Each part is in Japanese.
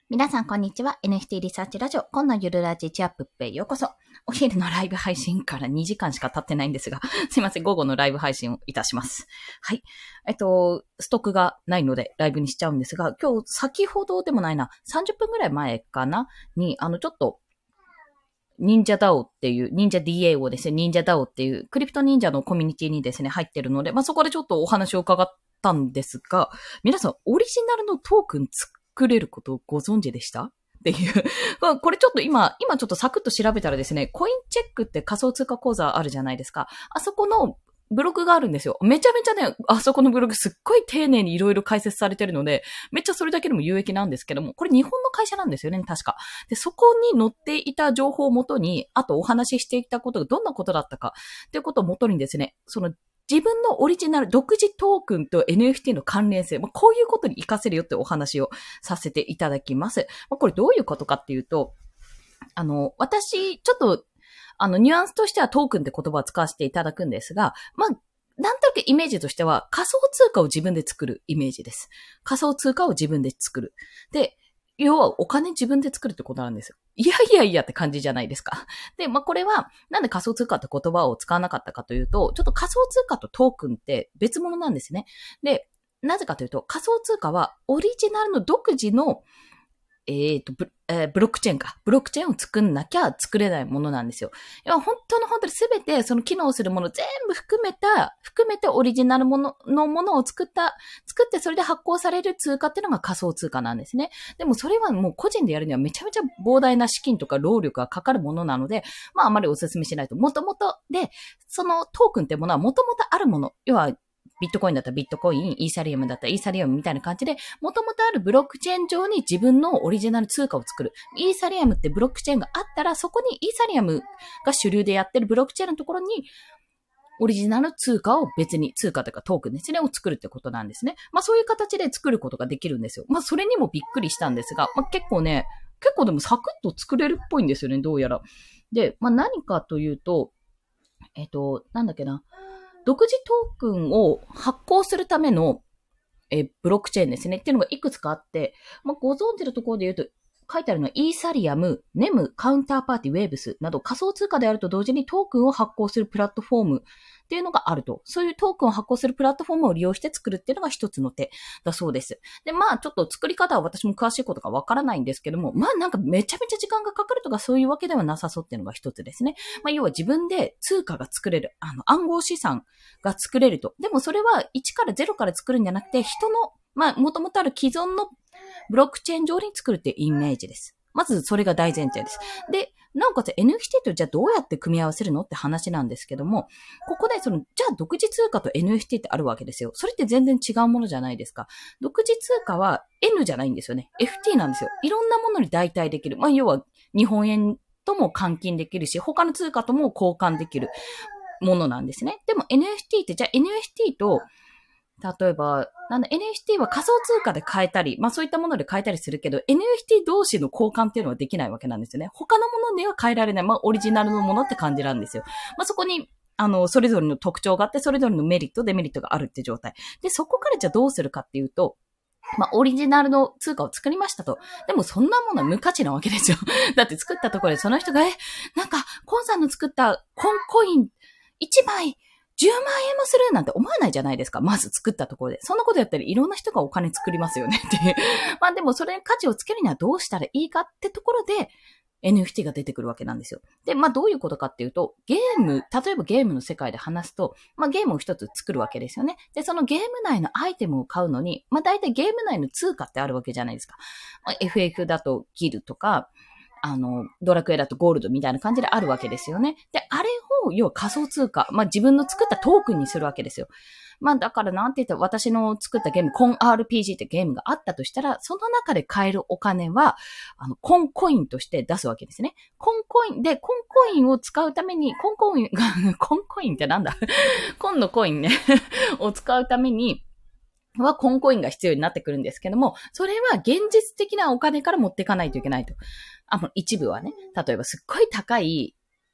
皆さんこんにちは。NFT リサーチラジオ、今のゆるラジチアップへようこそ。お昼のライブ配信から2時間しか経ってないんですが、すいません、午後のライブ配信をいたします。はい。ストックがないのでライブにしちゃうんですが、今日先ほどでもないな、30分ぐらい前かなに、ちょっと、忍者 DAO っていう、忍者 DAO ですね、忍者 DAO っていうクリプト忍者のコミュニティにですね、入ってるので、そこでちょっとお話を伺ったんですが、皆さんオリジナルのトークン作れることをご存知でしたっていう。これちょっと今ちょっとサクッと調べたらですね、コインチェックって仮想通貨口座あるじゃないですか。あそこのブログがあるんですよ。めちゃめちゃね、あそこのブログすっごい丁寧にいろいろ解説されてるので、めっちゃそれだけでも有益なんですけども、これ日本の会社なんですよね、確か。で、そこに載っていた情報をもとに、あとお話ししていたことがどんなことだったか、っていうことをもとにですね、その自分のオリジナル、独自トークンと NFT の関連性、こういうことに活かせるよってお話をさせていただきます。これどういうことかっていうと、私、ちょっと、ニュアンスとしてはトークンって言葉を使わせていただくんですが、なんとなくイメージとしては仮想通貨を自分で作るイメージです。仮想通貨を自分で作る。で、要はお金自分で作るってことなんですよ。いやって感じじゃないですか。で、これはなんで仮想通貨って言葉を使わなかったかというと、ちょっと仮想通貨とトークンって別物なんですね。で、なぜかというと仮想通貨はオリジナルの独自のブロックチェーンか。ブロックチェーンを作んなきゃ作れないものなんですよ。いや、本当にすべてその機能するもの全部含めてオリジナルものを作ってそれで発行される通貨っていうのが仮想通貨なんですね。でもそれはもう個人でやるにはめちゃめちゃ膨大な資金とか労力がかかるものなので、あまりお勧めしないと。もともとで、そのトークンってものはもともとあるもの。要は、ビットコインだったらビットコイン、イーサリアムだったらイーサリアムみたいな感じで、もともとあるブロックチェーン上に自分のオリジナル通貨を作る。イーサリアムってブロックチェーンがあったら、そこにイーサリアムが主流でやってるブロックチェーンのところに、オリジナル通貨を別に、通貨というかトークンですね、を作るってことなんですね。そういう形で作ることができるんですよ。それにもびっくりしたんですが、結構でもサクッと作れるっぽいんですよね、どうやら。で、何かというと、なんだっけな。独自トークンを発行するための、ブロックチェーンですねっていうのがいくつかあって、ご存知のところで言うと、書いてあるのはイーサリアム、ネム、カウンターパーティー、ウェーブスなど仮想通貨であると同時にトークンを発行するプラットフォームっていうのがあると。そういうトークンを発行するプラットフォームを利用して作るっていうのが一つの手だそうです。で、ちょっと作り方は私も詳しいことがわからないんですけども、なんかめちゃめちゃ時間がかかるとかそういうわけではなさそうっていうのが一つですね。要は自分で通貨が作れる、暗号資産が作れると。でもそれは1から0から作るんじゃなくて、人のもともとある既存のブロックチェーン上に作るっていうイメージです。まずそれが大前提です。で、なおかつ NFT とじゃあどうやって組み合わせるのって話なんですけども、ここでじゃあ独自通貨と NFT ってあるわけですよ。それって全然違うものじゃないですか。独自通貨は N じゃないんですよね。FT なんですよ。いろんなものに代替できる。要は日本円とも換金できるし、他の通貨とも交換できるものなんですね。でも NFT ってじゃあ NFT と例えば、NFT は仮想通貨で買えたり、そういったもので買えたりするけど、NFT 同士の交換っていうのはできないわけなんですよね。他のものでは変えられない、オリジナルのものって感じなんですよ。そこに、それぞれの特徴があって、それぞれのメリット、デメリットがあるって状態。で、そこからじゃあどうするかっていうと、オリジナルの通貨を作りましたと。でもそんなものは無価値なわけですよ。だって作ったところでその人が、コンさんの作ったコイン1枚、10万円もするなんて思わないじゃないですか。まず作ったところで。そんなことやったらいろんな人がお金作りますよねっていう。でもそれに価値をつけるにはどうしたらいいかってところで NFT が出てくるわけなんですよ。で、どういうことかっていうと、例えばゲームの世界で話すと、ゲームを一つ作るわけですよね。で、そのゲーム内のアイテムを買うのに、大体ゲーム内の通貨ってあるわけじゃないですか。FF だとギルとか、ドラクエだとゴールドみたいな感じであるわけですよね。で、あれを、要は仮想通貨、自分の作ったトークンにするわけですよ。だからなんて言ったら私の作ったゲーム、コン RPG ってゲームがあったとしたら、その中で買えるお金は、コンコインとして出すわけですね。コンコインで、コンコインを使うために、コンコインってなんだコンのコインねを使うために、コンコインが必要になってくるんですけども、それは現実的なお金から持っていかないといけないと。一部はね、例えばすっごい高い、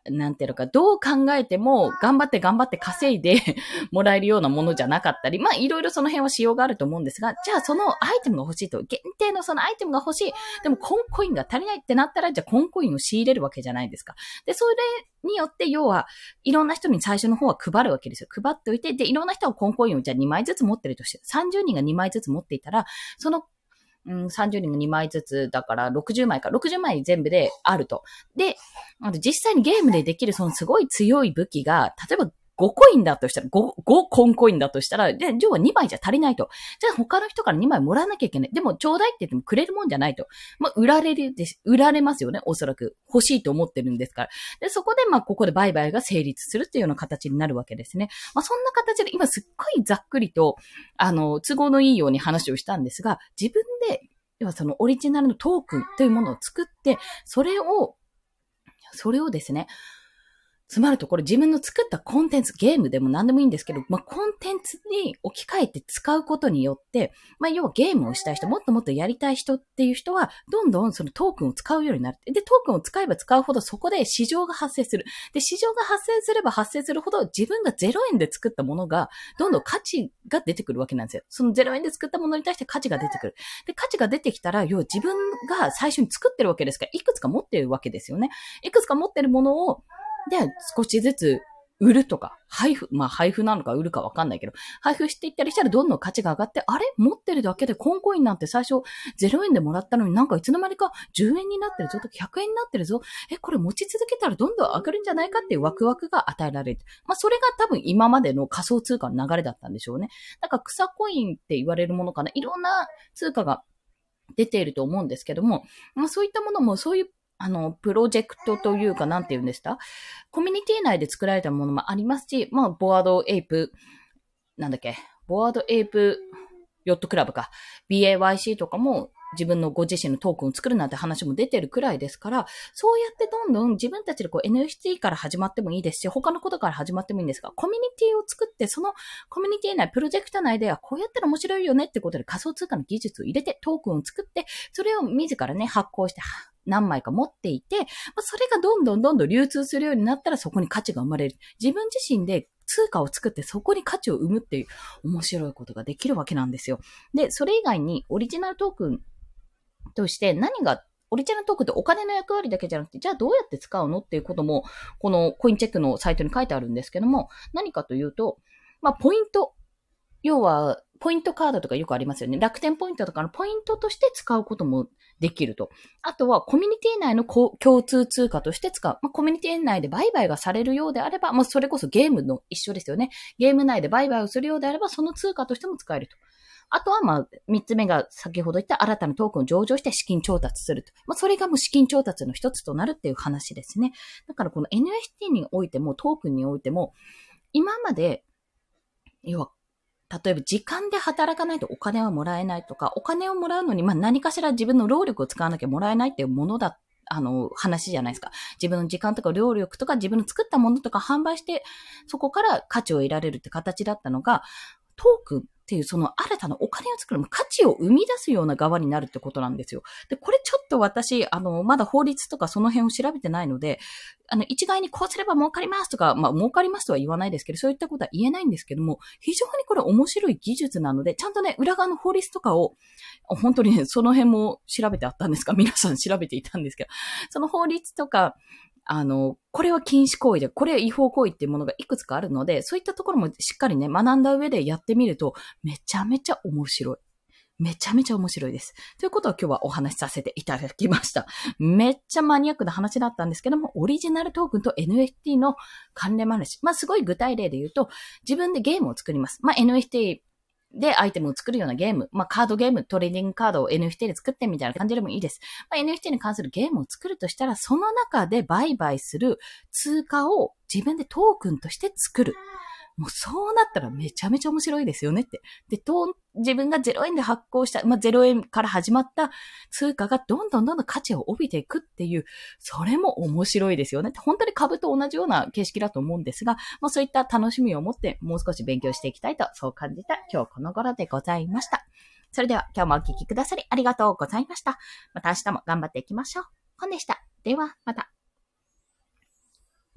なんていうのか、どう考えても頑張って稼いでもらえるようなものじゃなかったり、まあいろいろその辺は仕様があると思うんですが、じゃあそのアイテムが欲しいと、限定のそのアイテムが欲しい、でもコンコインが足りないってなったら、じゃあコンコインを仕入れるわけじゃないですか。で、それによって要はいろんな人に最初の方は配るわけですよ。配っておいて、で、いろんな人がコンコインをじゃあ2枚ずつ持ってるとして、30人が2枚ずつ持っていたら、その30人が2枚ずつだから60枚か。60枚全部であると。で、実際にゲームでできるそのすごい強い武器が、例えば5コインだとしたら、5コンコインだとしたら、で、要は2枚じゃ足りないと。じゃあ他の人から2枚もらわなきゃいけない。でも、ちょうだいって言ってもくれるもんじゃないと。まあ、売られますよね、おそらく。欲しいと思ってるんですから。で、そこで、まあ、ここで売買が成立するっていうような形になるわけですね。まあ、そんな形で、今すっごいざっくりと、都合のいいように話をしたんですが、自分で、要はそのオリジナルのトークンというものを作って、それをですね、つまるところ自分の作ったコンテンツ、ゲームでも何でもいいんですけど、まあ、コンテンツに置き換えて使うことによって、まあ、要はゲームをしたい人、もっともっとやりたい人っていう人は、どんどんそのトークンを使うようになる。で、トークンを使えば使うほどそこで市場が発生する。で、市場が発生すれば発生するほど自分が0円で作ったものが、どんどん価値が出てくるわけなんですよ。その0円で作ったものに対して価値が出てくる。で、価値が出てきたら、要は自分が最初に作ってるわけですから、いくつか持ってるわけですよね。いくつか持ってるものを、で、少しずつ売るとか、配布なのか売るかわかんないけど、配布していったりしたらどんどん価値が上がって、あれ持ってるだけでコンコインなんて最初0円でもらったのになんかいつの間にか10円になってるぞとか100円になってるぞ。これ持ち続けたらどんどん上がるんじゃないかっていうワクワクが与えられる。まあそれが多分今までの仮想通貨の流れだったんでしょうね。だから草コインって言われるものかな。いろんな通貨が出ていると思うんですけども、まあそういったものもそういうプロジェクトというか、なんて言うんですか？コミュニティ内で作られたものもありますし、まあ、ボワードエイプヨットクラブか。BAYC とかも自分のご自身のトークンを作るなんて話も出てるくらいですから、そうやってどんどん自分たちでNFT から始まってもいいですし、他のことから始まってもいいんですが、コミュニティを作って、そのコミュニティ内、プロジェクト内ではこうやったら面白いよねってことで仮想通貨の技術を入れてトークンを作って、それを自らね、発行して、何枚か持っていて、それがどんどん流通するようになったらそこに価値が生まれる。自分自身で通貨を作ってそこに価値を生むっていう面白いことができるわけなんですよ。で、それ以外にオリジナルトークンとしてオリジナルトークンってお金の役割だけじゃなくて、じゃあどうやって使うのっていうことも、このコインチェックのサイトに書いてあるんですけども、何かというと、まあ、ポイント。要は、ポイントカードとかよくありますよね。楽天ポイントとかのポイントとして使うこともできると。あとは、コミュニティ内の共通通貨として使う。まあ、コミュニティ内で売買がされるようであれば、まあ、それこそゲームの一緒ですよね。ゲーム内で売買をするようであれば、その通貨としても使えると。あとは、まあ、三つ目が先ほど言った新たなトークンを上場して資金調達すると。まあ、それがもう資金調達の一つとなるっていう話ですね。だからこの NFT においても、トークンにおいても、今まで、要は、例えば時間で働かないとお金はもらえないとか、お金をもらうのに、まあ何かしら自分の労力を使わなきゃもらえないっていうものだ、話じゃないですか。自分の時間とか労力とか自分の作ったものとか販売して、そこから価値を得られるって形だったのが、トークンっていうその新たなお金を作る、価値を生み出すような側になるってことなんですよ。で、これちょっと私、まだ法律とかその辺を調べてないので、一概にこうすれば儲かりますとか、まあ儲かりますとは言わないですけど、そういったことは言えないんですけども、非常にこれ面白い技術なので、ちゃんとね、裏側の法律とかを、本当にね、その辺も調べてあったんですか？皆さん調べていたんですけど、その法律とか、これは禁止行為で、これは違法行為っていうものがいくつかあるので、そういったところもしっかりね、学んだ上でやってみると、めちゃめちゃ面白い。めちゃめちゃ面白いです。ということを今日はお話しさせていただきました。めっちゃマニアックな話だったんですけども、オリジナルトークンと NFT の関連話。まあ、すごい具体例で言うと、自分でゲームを作ります。まあ、NFTでアイテムを作るようなゲーム、まあカードゲーム、トレーディングカードを NFT で作ってみたいな感じでもいいです。まあ、NFT に関するゲームを作るとしたら、その中で売買する通貨を自分でトークンとして作る。もうそうなったらめちゃめちゃ面白いですよねって。で、自分が0円で発行した、まあ、0円から始まった通貨がどんどん価値を帯びていくっていう、それも面白いですよね。本当に株と同じような形式だと思うんですが、まあ、そういった楽しみを持ってもう少し勉強していきたいと、そう感じた今日この頃でございました。それでは今日もお聞きくださりありがとうございました。また明日も頑張っていきましょう。コンでした。ではまた。